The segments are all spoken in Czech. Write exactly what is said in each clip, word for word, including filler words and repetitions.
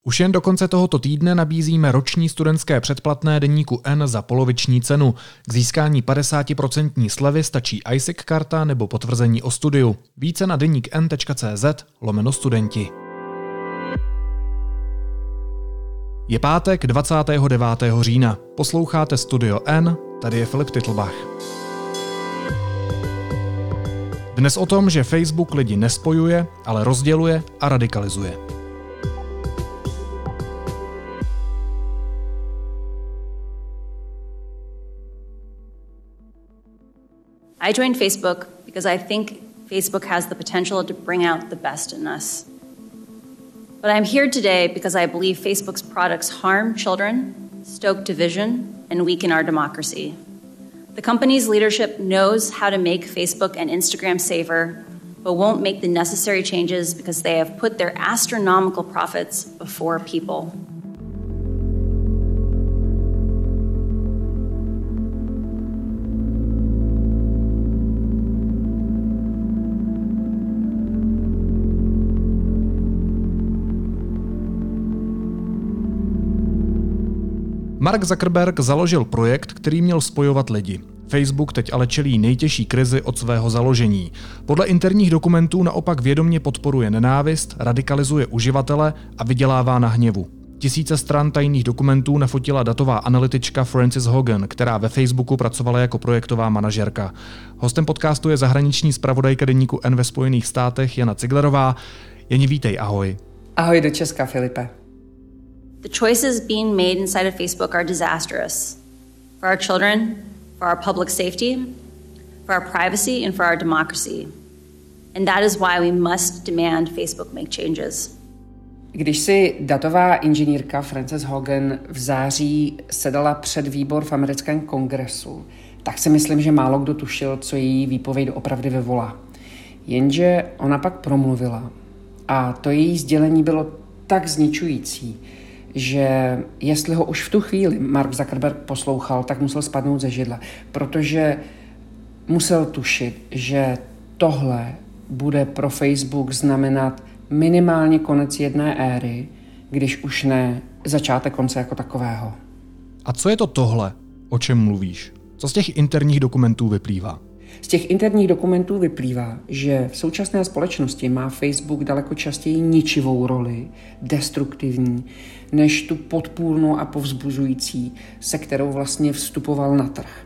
Už jen do konce tohoto týdne nabízíme roční studentské předplatné deníku N za poloviční cenu. K získání padesát procent slevy stačí I S I C karta nebo potvrzení o studiu. Více na deník n tečka cé zet lomeno studenti. Je pátek dvacátého devátého října. Posloucháte Studio N, tady je Filip Titlbach. Dnes o tom, že Facebook lidi nespojuje, ale rozděluje a radikalizuje. I joined Facebook because I think Facebook has the potential to bring out the best in us. But I'm here today because I believe Facebook's products harm children, stoke division, and weaken our democracy. The company's leadership knows how to make Facebook and Instagram safer, but won't make the necessary changes because they have put their astronomical profits before people. Mark Zuckerberg založil projekt, který měl spojovat lidi. Facebook teď ale čelí nejtěžší krizi od svého založení. Podle interních dokumentů naopak vědomě podporuje nenávist, radikalizuje uživatele a vydělává na hněvu. Tisíce stran tajných dokumentů nafotila datová analytička Frances Haugen, která ve Facebooku pracovala jako projektová manažerka. Hostem podcastu je zahraniční zpravodajka deníku N ve Spojených státech Jana Ciglerová. Jani, vítej, ahoj. Ahoj do Česka, Filipe. The choices being made inside of Facebook are disastrous for our children, for our public safety, for our privacy, and for our democracy. And that is why we must demand Facebook make changes. Když si datová inženýrka Frances Haugen v září sedala před výbor v americkém kongresu, tak si myslím, že málo kdo tušil, co její výpověď opravdu vyvolá. Jenže ona pak promluvila a to její sdělení bylo tak zničující, že jestli ho už v tu chvíli Mark Zuckerberg poslouchal, tak musel spadnout ze židle, protože musel tušit, že tohle bude pro Facebook znamenat minimálně konec jedné éry, když už ne začátek konce jako takového. A co je to tohle, o čem mluvíš? Co z těch interních dokumentů vyplývá? Z těch interních dokumentů vyplývá, že v současné společnosti má Facebook daleko častěji ničivou roli, destruktivní, než tu podpůrnou a povzbuzující, se kterou vlastně vstupoval na trh.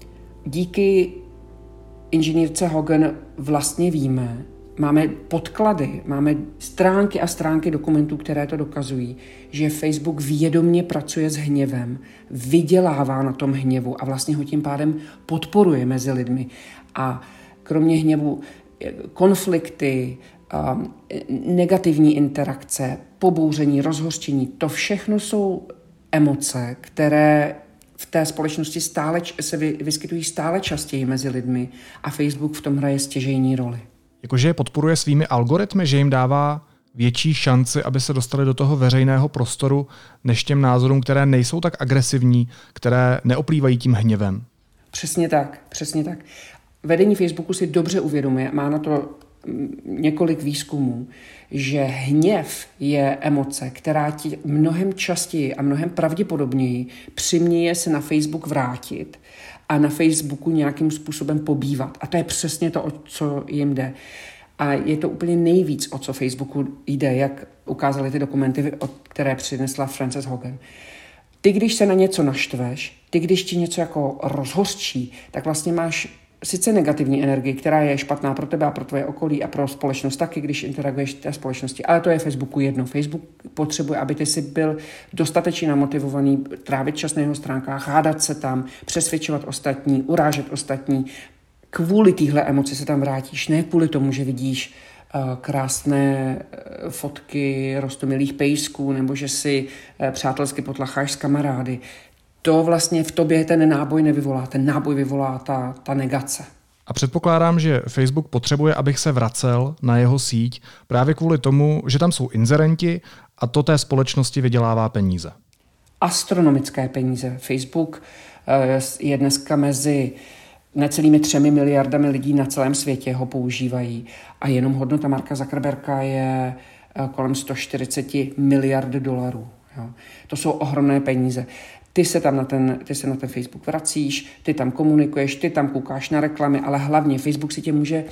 Díky inženýrce Haugen vlastně víme, máme podklady, máme stránky a stránky dokumentů, které to dokazují, že Facebook vědomě pracuje s hněvem, vydělává na tom hněvu a vlastně ho tím pádem podporuje mezi lidmi. A kromě hněvu konflikty, negativní interakce, pobouření, rozhořčení, to všechno jsou emoce, které v té společnosti stále se vyskytují stále častěji mezi lidmi a Facebook v tom hraje stěžejní roli. Jakože je podporuje svými algoritmy, že jim dává větší šanci, aby se dostali do toho veřejného prostoru, než těm názorům, které nejsou tak agresivní, které neoplývají tím hněvem. Přesně tak, přesně tak. Vedení Facebooku si dobře uvědomuje, má na to několik výzkumů, že hněv je emoce, která ti mnohem častěji a mnohem pravděpodobněji přiměje se na Facebook vrátit a na Facebooku nějakým způsobem pobývat. A to je přesně to, o co jim jde. A je to úplně nejvíc, o co Facebooku jde, jak ukázaly ty dokumenty, které přinesla Frances Haugen. Ty, když se na něco naštveš, ty, když ti něco jako rozhořčí, tak vlastně máš sice negativní energii, která je špatná pro tebe a pro tvoje okolí a pro společnost taky, když interaguješ v té společnosti. Ale to je Facebooku jedno. Facebook potřebuje, aby ty si byl dostatečně namotivovaný, trávit čas na jeho stránkách, hádat se tam, přesvědčovat ostatní, urážet ostatní. Kvůli téhle emoci se tam vrátíš, ne kvůli tomu, že vidíš uh, krásné uh, fotky roztomilých pejsků nebo že si uh, přátelsky potlacháš s kamarády. To vlastně v tobě ten náboj nevyvolá. Ten náboj vyvolá ta, ta negace. A předpokládám, že Facebook potřebuje, abych se vracel na jeho síť právě kvůli tomu, že tam jsou inzerenti a to té společnosti vydělává peníze. Astronomické peníze. Facebook je dneska mezi necelými třemi miliardami lidí na celém světě ho používají a jenom hodnota Marka Zuckerberga je kolem sto čtyřicet miliard dolarů. Jo. To jsou ohromné peníze. Ty se tam na ten, ty se na ten Facebook vracíš, ty tam komunikuješ, ty tam koukáš na reklamy, ale hlavně Facebook si tě může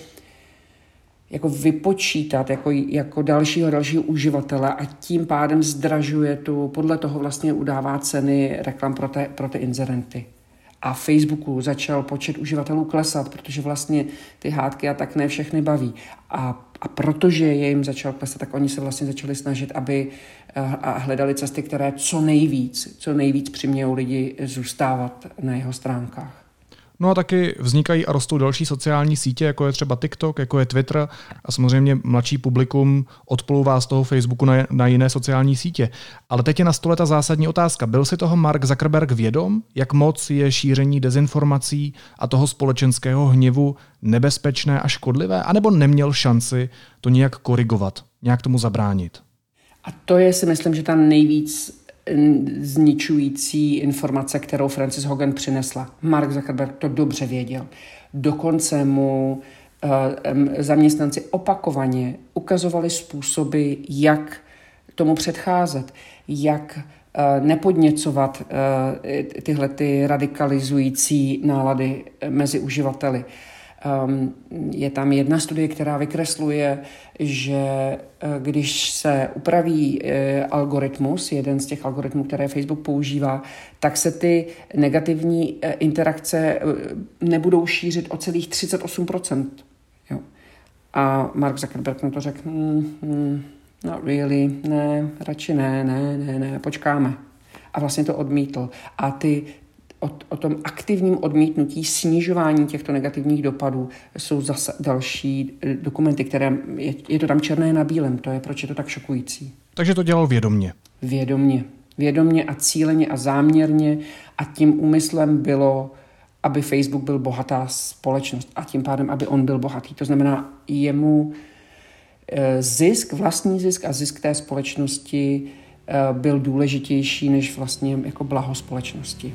jako vypočítat jako, jako dalšího dalšího uživatele a tím pádem zdražuje tu, podle toho vlastně udává ceny reklam pro, te, pro ty inzerenty. A Facebooku začal počet uživatelů klesat, protože vlastně ty hádky a tak ne všechny baví. A, a protože je jim začal klesat, tak oni se vlastně začali snažit, aby a hledali cesty, které co nejvíc, co nejvíc přimějou lidi zůstávat na jeho stránkách. No a taky vznikají a rostou další sociální sítě, jako je třeba TikTok, jako je Twitter a samozřejmě mladší publikum odplouvá z toho Facebooku na, na jiné sociální sítě. Ale teď je na stole ta zásadní otázka. Byl si toho Mark Zuckerberg vědom, jak moc je šíření dezinformací a toho společenského hněvu nebezpečné a škodlivé, anebo neměl šanci to nějak korigovat, nějak tomu zabránit? A to je, si myslím, že ta nejvíc zničující informace, kterou Frances Hogan přinesla. Mark Zuckerberg to dobře věděl. Dokonce mu uh, zaměstnanci opakovaně ukazovali způsoby, jak tomu předcházet, jak uh, nepodněcovat uh, tyhle ty radikalizující nálady mezi uživateli. Um, je tam jedna studie, která vykresluje, že uh, když se upraví uh, algoritmus, jeden z těch algoritmů, které Facebook používá, tak se ty negativní uh, interakce uh, nebudou šířit o celých třicet osm procent. Jo. A Mark Zuckerberg na to řekl, mm, mm, not really, ne, radši ne, ne, ne, ne, počkáme. A vlastně to odmítl. A ty O, o tom aktivním odmítnutí, snižování těchto negativních dopadů jsou zase další dokumenty, které je, je to tam černé na bílém. To je, proč je to tak šokující. Takže to dělal vědomně. Vědomně. Vědomně a cíleně a záměrně a tím úmyslem bylo, aby Facebook byl bohatá společnost a tím pádem, aby on byl bohatý. To znamená, jemu zisk, vlastní zisk a zisk té společnosti byl důležitější než vlastně jako blaho společnosti.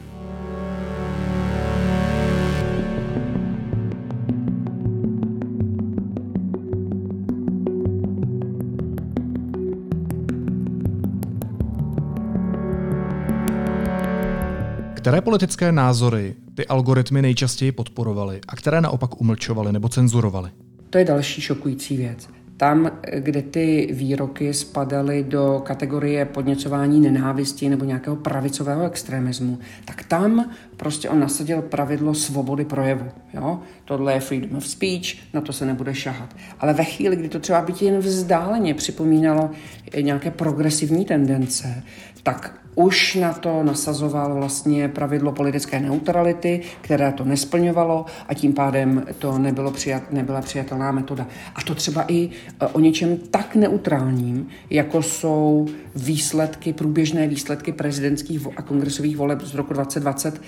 Které politické názory ty algoritmy nejčastěji podporovaly a které naopak umlčovaly nebo cenzurovaly? To je další šokující věc. Tam, kde ty výroky spadaly do kategorie podněcování nenávisti nebo nějakého pravicového extremismu, tak tam prostě on nasadil pravidlo svobody projevu. Jo? Tohle je freedom of speech, na to se nebude šahat. Ale ve chvíli, kdy to třeba byť jen vzdáleně připomínalo nějaké progresivní tendence, tak už na to nasazoval vlastně pravidlo politické neutrality, které to nesplňovalo a tím pádem to nebylo přijat, nebyla přijatelná metoda. A to třeba i o něčem tak neutrálním, jako jsou výsledky, průběžné výsledky prezidentských a kongresových voleb z roku dvacet dvacet,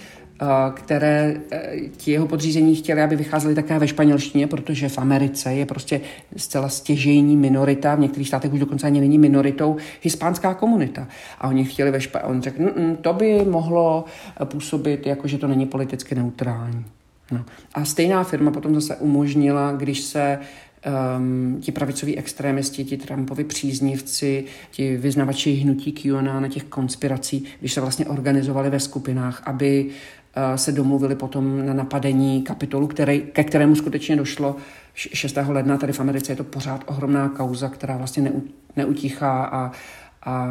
které ti jeho podřízení chtěli, aby vycházeli také ve španělštině, protože v Americe je prostě zcela stěžejní minorita, v některých státech už dokonce ani není minoritou, hispánská komunita. A oni chtěli ve Španělštině, on řekl, to by mohlo působit jako, že to není politicky neutrální. No. A stejná firma potom zase umožnila, když se Um, ti pravicoví extrémisti, ti Trumpovi příznivci, ti vyznavači hnutí QAnon, na těch konspirací, když se vlastně organizovali ve skupinách, aby uh, se domluvili potom na napadení Kapitolu, který, ke kterému skutečně došlo šestého ledna. Tady v Americe je to pořád ohromná kauza, která vlastně neu, neutichá a, a,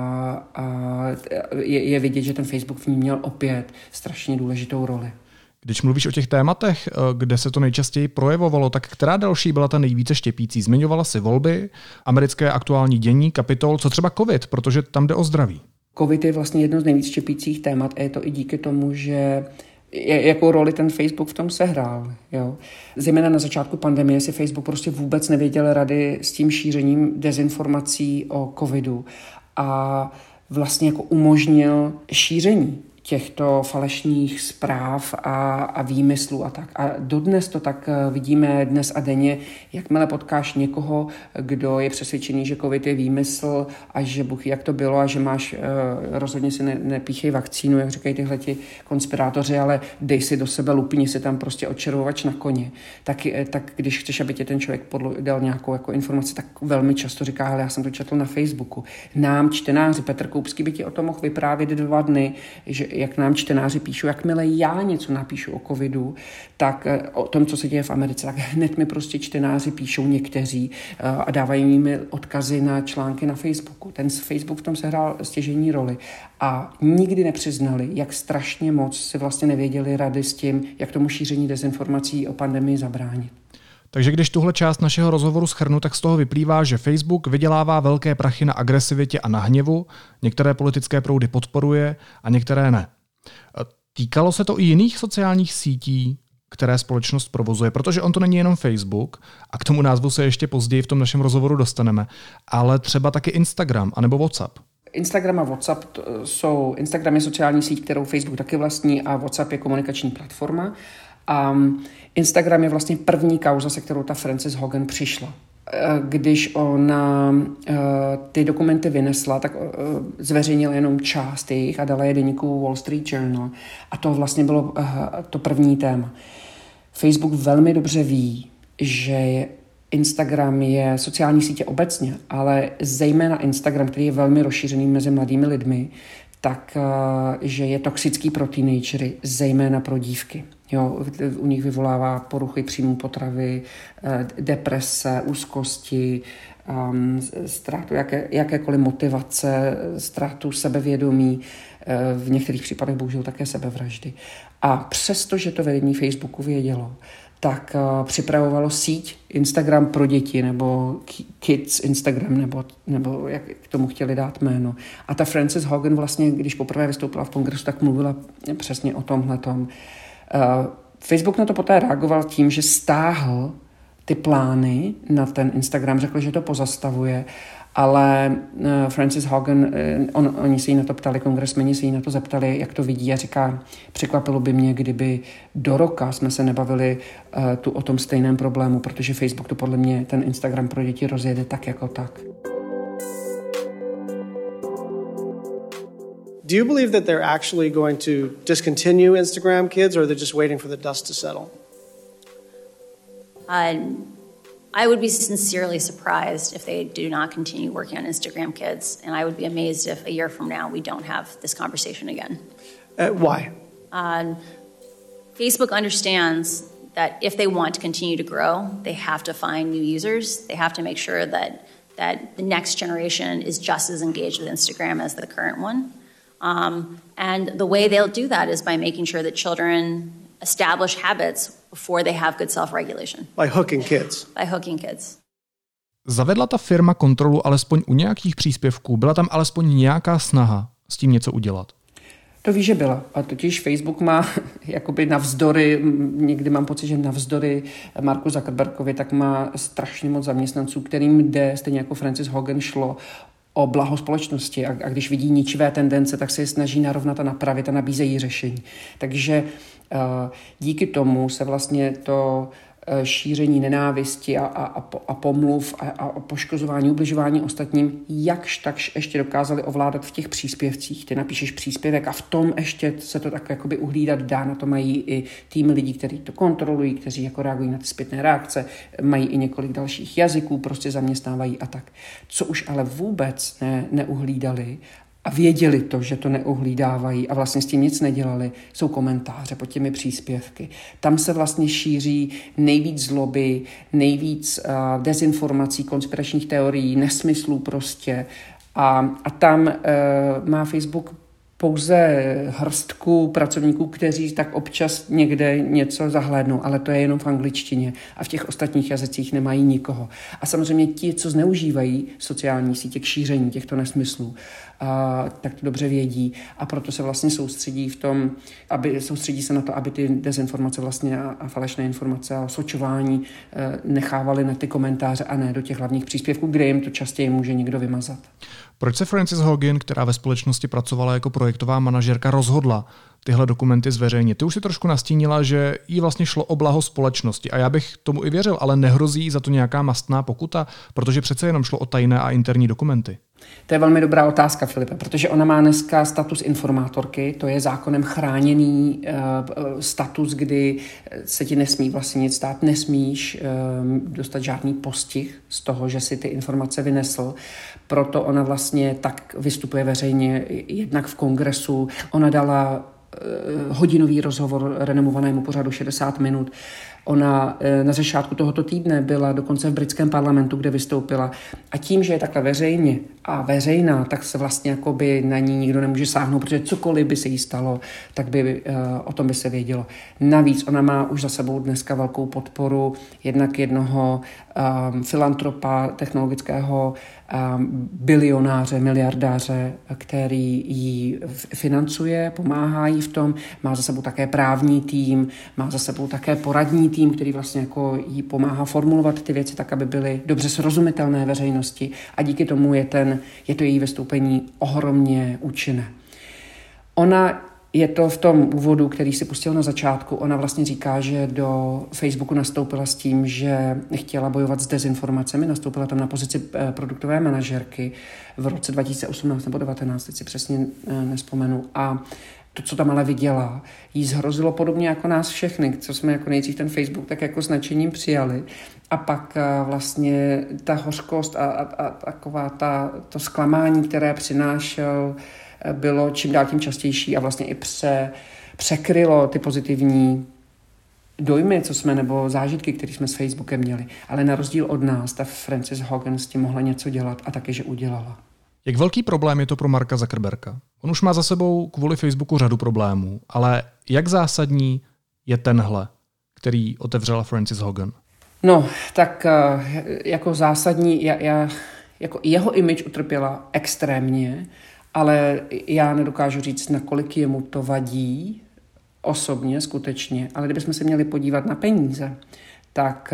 a je, je vidět, že ten Facebook v ní měl opět strašně důležitou roli. Když mluvíš o těch tématech, kde se to nejčastěji projevovalo, tak která další byla ta nejvíce štěpící? Zmiňovala si volby, americké aktuální dění, Kapitol, co třeba covid, protože tam jde o zdraví. Covid je vlastně jedno z nejvíc štěpících témat a je to i díky tomu, že jakou roli ten Facebook v tom sehrál. Jo. Zejména na začátku pandemie si Facebook prostě vůbec nevěděl rady s tím šířením dezinformací o covidu a vlastně jako umožnil šíření těchto falešných zpráv a, a výmyslů a tak. A dodnes to tak vidíme dnes a denně, jakmile potkáš někoho, kdo je přesvědčený, že covid je výmysl a že Bůh jak to bylo a že máš, rozhodně si ne, nepíchej vakcínu, jak říkají tyhleti konspirátoři, ale dej si do sebe, lupni si tam prostě odčervovač na koně. Tak, tak když chceš, aby tě ten člověk podlo, dal nějakou jako informaci, tak velmi často říká, hele, já jsem to četl na Facebooku. Nám čtenáři, Petr Koupský by ti o tom mohl vyprávět dva dny, že jak nám čtenáři píšou, jakmile já něco napíšu o covidu, tak o tom, co se děje v Americe, tak hned mi prostě čtenáři píšou někteří a dávají mi odkazy na články na Facebooku. Ten Facebook v tom sehrál stěžejní roli a nikdy nepřiznali, jak strašně moc si vlastně nevěděli rady s tím, jak tomu šíření dezinformací o pandemii zabránit. Takže když tuhle část našeho rozhovoru shrnu, tak z toho vyplývá, že Facebook vydělává velké prachy na agresivitě a na hněvu, některé politické proudy podporuje a některé ne. Týkalo se to i jiných sociálních sítí, které společnost provozuje, protože on to není jenom Facebook a k tomu názvu se ještě později v tom našem rozhovoru dostaneme, ale třeba taky Instagram anebo WhatsApp. Instagram a WhatsApp jsou, Instagram je sociální síť, kterou Facebook taky vlastní a WhatsApp je komunikační platforma. A Instagram je vlastně první kauza, se kterou ta Frances Haugen přišla. Když ona ty dokumenty vynesla, tak zveřejnila jenom část jejich a dala je deníku Wall Street Journal. A to vlastně bylo to první téma. Facebook velmi dobře ví, že Instagram je sociální sítě obecně, ale zejména Instagram, který je velmi rozšířený mezi mladými lidmi, tak že je toxický pro teenagery, zejména pro dívky. Jo, u nich vyvolává poruchy příjmu potravy, deprese, úzkosti, um, ztrátu jaké, jakékoliv motivace, ztrátu sebevědomí, v některých případech bohužel také sebevraždy. A přesto, že to vedení Facebooku vědělo, tak uh, připravovalo síť Instagram pro děti, nebo Kids Instagram, nebo, nebo jak k tomu chtěli dát jméno. A ta Frances Haugen vlastně, když poprvé vystoupila v kongresu, tak mluvila přesně o tomhletom. Uh, Facebook na to poté reagoval tím, že stáhl ty plány na ten Instagram, řekl, že to pozastavuje, ale uh, Frances Haugen, uh, on, oni se jí na to ptali, kongresmeni se jí na to zeptali, jak to vidí a říká, překvapilo by mě, kdyby do roka jsme se nebavili uh, tu o tom stejném problému, protože Facebook to podle mě ten Instagram pro děti rozjede tak jako tak. Do you believe that they're actually going to discontinue Instagram Kids, or they're just waiting for the dust to settle? Um, I would be sincerely surprised if they do not continue working on Instagram Kids, and I would be amazed if a year from now we don't have this conversation again. Uh, why? Um, Facebook understands that if they want to continue to grow, they have to find new users. They have to make sure that that the next generation is just as engaged with Instagram as the current one. Um, and the way they'll do that is by making sure that children establish habits before they have good self-regulation. By hooking kids. By hooking kids. Zavedla ta firma kontrolu alespoň u nějakých příspěvků? Byla tam alespoň nějaká snaha s tím něco udělat? To víš, že byla. A totiž Facebook má jakoby navzdory, někdy mám pocit, že navzdory Marku Zuckerbergovi, tak má strašně moc zaměstnanců, kterým jde, stejně jako Frances Haugen, šlo o blaho společnosti a, a když vidí ničivé tendence, tak se je snaží narovnat a napravit a nabízejí řešení. Takže uh, díky tomu se vlastně to uh, šíření nenávisti a, a, a pomluv a, a poškozování, ubližování ostatním, jakž takž ještě dokázali ovládat v těch příspěvcích. Ty napíšeš příspěvek a v tom ještě se to tak jakoby uhlídat dá. Na to mají i tým lidí, kteří to kontrolují, kteří jako reagují na ty zpětné reakce, mají i několik dalších jazyků, prostě zaměstnávají a tak. Co už ale vůbec ne, neuhlídali a věděli to, že to neuhlídávají a vlastně s tím nic nedělali, jsou komentáře pod těmi příspěvky. Tam se vlastně šíří nejvíc zloby, nejvíc uh, dezinformací, konspiračních teorií, nesmyslů prostě. A, a tam uh, má Facebook pouze hrstku pracovníků, kteří tak občas někde něco zahlédnou, ale to je jenom v angličtině a v těch ostatních jazycích nemají nikoho. A samozřejmě ti, co zneužívají sociální sítě k šíření těchto nesmyslů, a, tak to dobře vědí a proto se vlastně soustředí v tom, aby soustředí se na to, aby ty dezinformace vlastně a, a falešné informace a osočování e, nechávali na ty komentáře a ne do těch hlavních příspěvků, kde jim to častěji může někdo vymazat. Proč se Frances Haugen, která ve společnosti pracovala jako projektová manažerka, rozhodla tyhle dokumenty zveřejnit? Ty už si trošku nastínila, že jí vlastně šlo o blaho společnosti a já bych tomu i věřil, ale nehrozí jí za to nějaká mastná pokuta, protože přece jenom šlo o tajné a interní dokumenty. To je velmi dobrá otázka, Filipe, protože ona má dneska status informátorky, to je zákonem chráněný uh, status, kdy se ti nesmí vlastně nic stát, nesmíš uh, dostat žádný postih z toho, že si ty informace vynesl. Proto ona vlastně tak vystupuje veřejně, jednak v kongresu. Ona dala uh, hodinový rozhovor renomovanému pořadu šedesát minut. Ona na začátku tohoto týdne byla dokonce v britském parlamentu, kde vystoupila. A tím, že je takhle veřejně a veřejná, tak se vlastně jakoby na ní nikdo nemůže sáhnout, protože cokoliv by se jí stalo, tak by uh, o tom by se vědělo. Navíc ona má už za sebou dneska velkou podporu jednak jednoho um, filantropa, technologického um, bilionáře, miliardáře, který ji financuje, pomáhá jí v tom, má za sebou také právní tým, má za sebou také poradní tým, který vlastně jako jí pomáhá formulovat ty věci tak, aby byly dobře srozumitelné veřejnosti a díky tomu je, ten, je to její vystoupení ohromně účinné. Ona je to v tom úvodu, který si pustil na začátku, ona vlastně říká, že do Facebooku nastoupila s tím, že chtěla bojovat s dezinformacemi, nastoupila tam na pozici produktové manažerky v roce dva tisíce osmnáct nebo devatenáct, teď si přesně nespomenu, a to, co tam ale viděla, jí zhrozilo podobně jako nás všechny, co jsme jako nejdřív ten Facebook tak jako s nadšením přijali. A pak vlastně ta hořkost a, a, a taková ta, to zklamání, které přinášel, bylo čím dál tím častější a vlastně i pře, překrylo ty pozitivní dojmy, co jsme, nebo zážitky, které jsme s Facebookem měli. Ale na rozdíl od nás, ta Frances Haugen s tím mohla něco dělat a taky, že udělala. Jak velký problém je to pro Marka Zuckerberga? On už má za sebou kvůli Facebooku řadu problémů, ale jak zásadní je tenhle, který otevřela Frances Haugen? No, tak jako zásadní, já, já, jako jeho image utrpěla extrémně, ale já nedokážu říct, nakolik jemu to vadí osobně, skutečně. Ale kdybychom se měli podívat na peníze, tak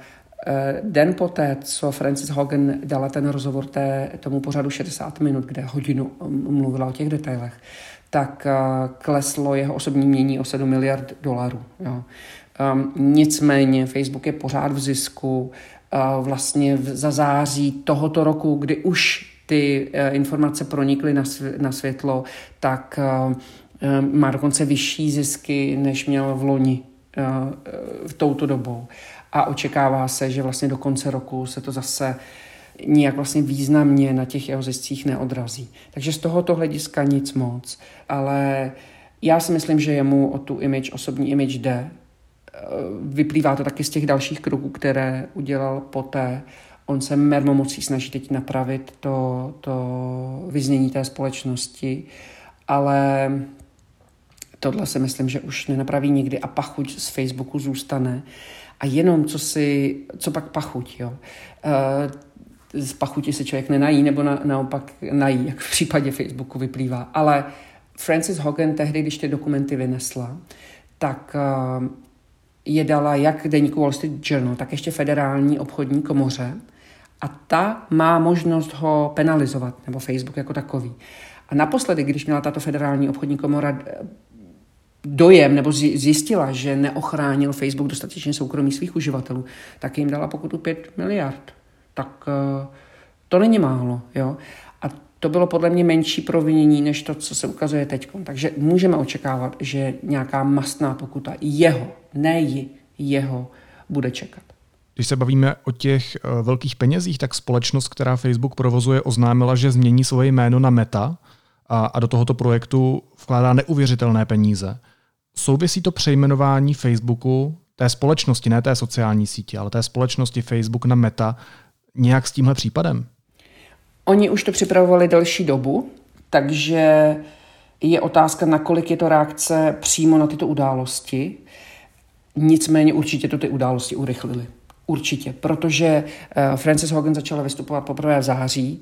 den poté, co Frances Haugen dala ten rozhovor té, tomu pořadu šedesát minut, kde hodinu mluvila o těch detailech, tak kleslo jeho osobní mění o sedm miliard dolarů. Jo. Um, nicméně Facebook je pořád v zisku. Uh, vlastně v, za září tohoto roku, kdy už ty uh, informace pronikly na, sv- na světlo, tak uh, uh, má dokonce vyšší zisky, než měl v loni uh, uh, touto dobou. A očekává se, že vlastně do konce roku se to zase nijak vlastně významně na těch jeho ziscích neodrazí. Takže z tohoto hlediska nic moc. Ale já si myslím, že jemu o tu image, osobní image jde. Vyplývá to taky z těch dalších kroků, které udělal poté. On se mermomocí snaží teď napravit to, to vyznění té společnosti, ale tohle si myslím, že už nenapraví nikdy a pachuť z Facebooku zůstane. A jenom co si, co pak pachuť, jo. E, z pachuti se člověk nenají, nebo na, naopak nají, jak v případě Facebooku vyplývá. Ale Frances Haugen tehdy, když ty dokumenty vynesla, tak e, je dala jak deníku Wall Street Journal, tak ještě Federální obchodní komoře a ta má možnost ho penalizovat, nebo Facebook jako takový. A naposledy, když měla tato Federální obchodní komora dojem nebo zjistila, že neochránil Facebook dostatečně soukromí svých uživatelů, tak jim dala pokutu pět miliard. Tak to není málo. Jo? A to bylo podle mě menší provinění, než to, co se ukazuje teď. Takže můžeme očekávat, že nějaká mastná pokuta jeho, ne ji, jeho, bude čekat. Když se bavíme o těch velkých penězích, tak společnost, která Facebook provozuje, oznámila, že změní svoje jméno na Meta a, a do tohoto projektu vkládá neuvěřitelné peníze. Souvisí to přejmenování Facebooku, té společnosti, ne té sociální sítě, ale té společnosti Facebook na Meta, nějak s tímhle případem? Oni už to připravovali delší dobu, takže je otázka, nakolik je to reakce přímo na tyto události. Nicméně určitě to ty události urychlily. Určitě, protože Frances Haugen začala vystupovat poprvé v září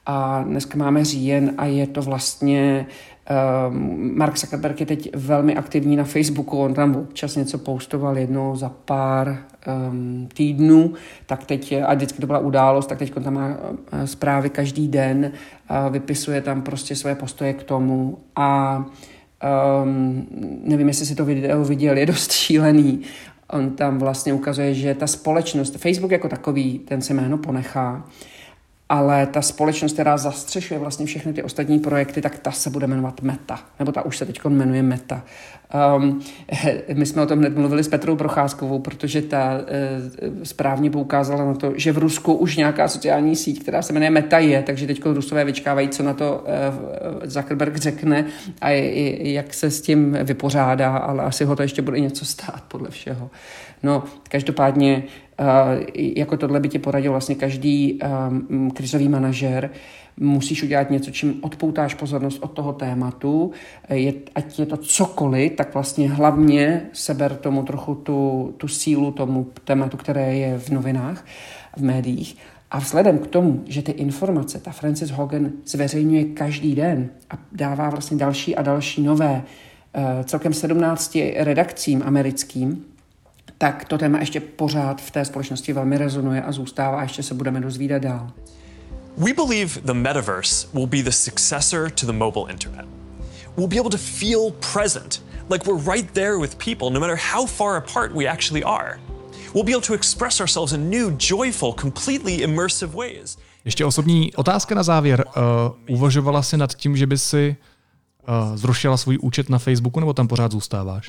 a dneska máme říjen a je to vlastně Um, Mark Zuckerberg je teď velmi aktivní na Facebooku, on tam občas něco postoval jednou za pár um, týdnů, tak teď, a vždycky to byla událost, tak teď on tam má uh, zprávy každý den, uh, vypisuje tam prostě své postoje k tomu a um, nevím, jestli si to video viděl, je dost šílený. On tam vlastně ukazuje, že ta společnost, Facebook jako takový, ten se jméno ponechá, ale ta společnost, která zastřešuje vlastně všechny ty ostatní projekty, tak ta se bude jmenovat Meta. Nebo ta už se teď jmenuje Meta. Um, my jsme o tom hned mluvili s Petrou Procházkovou, protože ta uh, správně poukázala na to, že v Rusku už nějaká sociální síť, která se jmenuje Meta je, takže teď Rusové vyčkávají, co na to uh, Zuckerberg řekne a i, jak se s tím vypořádá, ale asi ho to ještě bude něco stát podle všeho. No, každopádně Uh, jako tohle by ti poradil vlastně každý um, krizový manažer. Musíš udělat něco, čím odpoutáš pozornost od toho tématu. Je, ať je to cokoliv, tak vlastně hlavně seber tomu trochu tu, tu sílu tomu tématu, které je v novinách, v médiích. A vzhledem k tomu, že ty informace ta Frances Haugen zveřejňuje každý den a dává vlastně další a další nové uh, celkem sedmnácti redakcím americkým, tak to téma ještě pořád v té společnosti velmi rezonuje a zůstává a ještě se budeme dozvídat dál. We believe the metaverse will be the successor to the mobile internet. We'll be able to feel present, like we're right there with people, no matter how far apart we actually are. We'll be able to express ourselves in new, joyful, completely immersive ways. Ještě osobní otázka na závěr. Uh, uvažovala jsi nad tím, že by si uh, zrušila svůj účet na Facebooku, nebo tam pořád zůstáváš?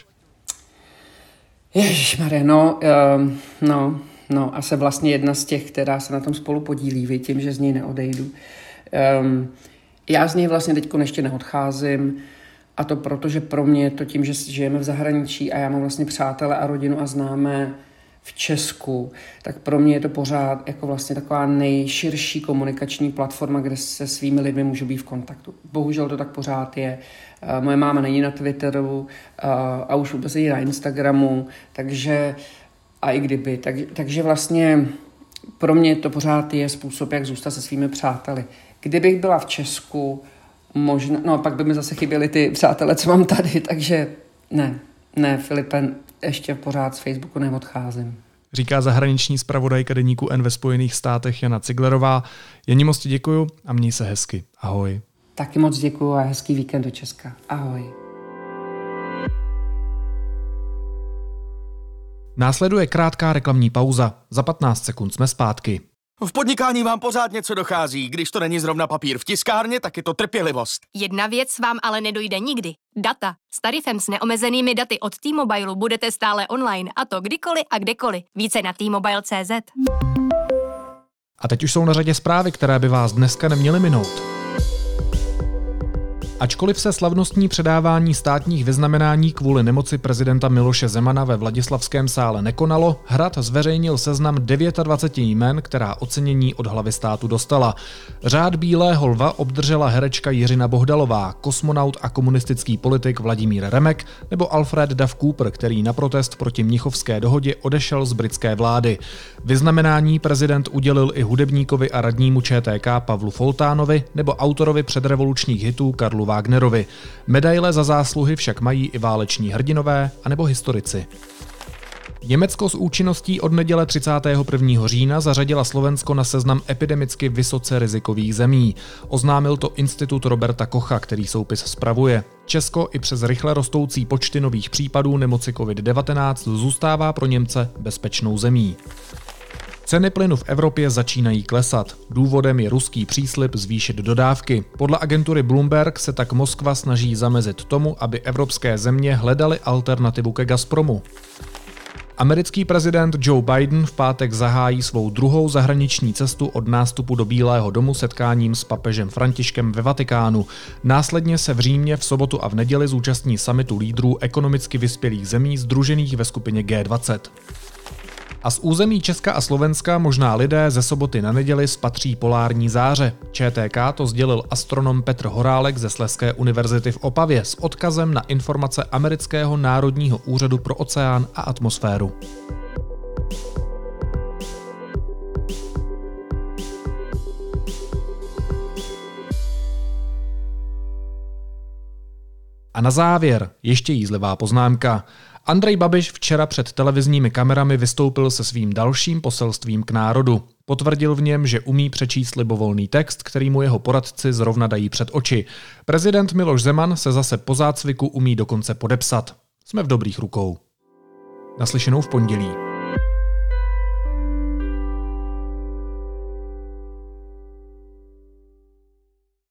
Ježišmarja, no, um, no, no, a jsem vlastně jedna z těch, která se na tom spolu podílí, tím, že z něj neodejdu. Um, já z něj vlastně teďko ještě neodcházím, a to proto, že pro mě to tím, že žijeme v zahraničí a já mám vlastně přátele a rodinu a známé v Česku, tak pro mě je to pořád jako vlastně taková nejširší komunikační platforma, kde se svými lidmi můžu být v kontaktu. Bohužel to tak pořád je. Moje máma není na Twitteru a už vůbec je na Instagramu, takže a i kdyby. Tak, takže vlastně pro mě to pořád je způsob, jak zůstat se svými přáteli. Kdybych byla v Česku, možná, no pak by mi zase chyběly ty přátelé, co mám tady, takže ne, ne, Filipe, ještě pořád z Facebooku neodcházím. Říká zahraniční zpravodajka deníku N ve Spojených státech Jana Ciglerová. Jani, moc ti děkuju a měj se hezky. Ahoj. Taky moc děkuju a hezký víkend do Česka. Ahoj. Následuje krátká reklamní pauza. Za patnáct sekund jsme zpátky. V podnikání vám pořád něco dochází. Když to není zrovna papír v tiskárně, tak je to trpělivost. Jedna věc vám ale nedojde nikdy. Data. S tarifem s neomezenými daty od T-Mobile budete stále online, a to kdykoliv a kdekoliv. Více na T Mobile tečka cé zet. A teď už jsou na řadě zprávy, které by vás dneska neměly minout. Ačkoliv se slavnostní předávání státních vyznamenání kvůli nemoci prezidenta Miloše Zemana ve Vladislavském sále nekonalo, Hrad zveřejnil seznam dvacet devět jmen, která ocenění od hlavy státu dostala. Řád Bílého lva obdržela herečka Jiřina Bohdalová, kosmonaut a komunistický politik Vladimír Remek nebo Alfred Duff Cooper, který na protest proti Mnichovské dohodě odešel z britské vlády. Vyznamenání prezident udělil i hudebníkovi a radnímu Č T K Pavlu Foltánovi nebo autorovi předrevolučních hitů Karlu Wagnerovi. Medaile za zásluhy však mají i váleční hrdinové anebo historici. Německo s účinností od neděle třicátého prvního října zařadila Slovensko na seznam epidemicky vysoce rizikových zemí. Oznámil to Institut Roberta Kocha, který soupis spravuje. Česko i přes rychle rostoucí počty nových případů nemoci covid devatenáct zůstává pro Němce bezpečnou zemí. Ceny plynu v Evropě začínají klesat. Důvodem je ruský příslib zvýšit dodávky. Podle agentury Bloomberg se tak Moskva snaží zamezit tomu, aby evropské země hledaly alternativu ke Gazpromu. Americký prezident Joe Biden v pátek zahájí svou druhou zahraniční cestu od nástupu do Bílého domu setkáním s papežem Františkem ve Vatikánu. Následně se v Římě v sobotu a v neděli zúčastní summitu lídrů ekonomicky vyspělých zemí sdružených ve skupině G dvacet. A z území Česka a Slovenska možná lidé ze soboty na neděli spatří polární záře. Č T K to sdělil astronom Petr Horálek ze Slezské univerzity v Opavě s odkazem na informace Amerického národního úřadu pro oceán a atmosféru. A na závěr ještě jízlivá poznámka. Andrej Babiš včera před televizními kamerami vystoupil se svým dalším poselstvím k národu. Potvrdil v něm, že umí přečíst libovolný text, který mu jeho poradci zrovna dají před oči. Prezident Miloš Zeman se zase po zácviku umí dokonce podepsat. Jsme v dobrých rukou. Naslyšenou v pondělí.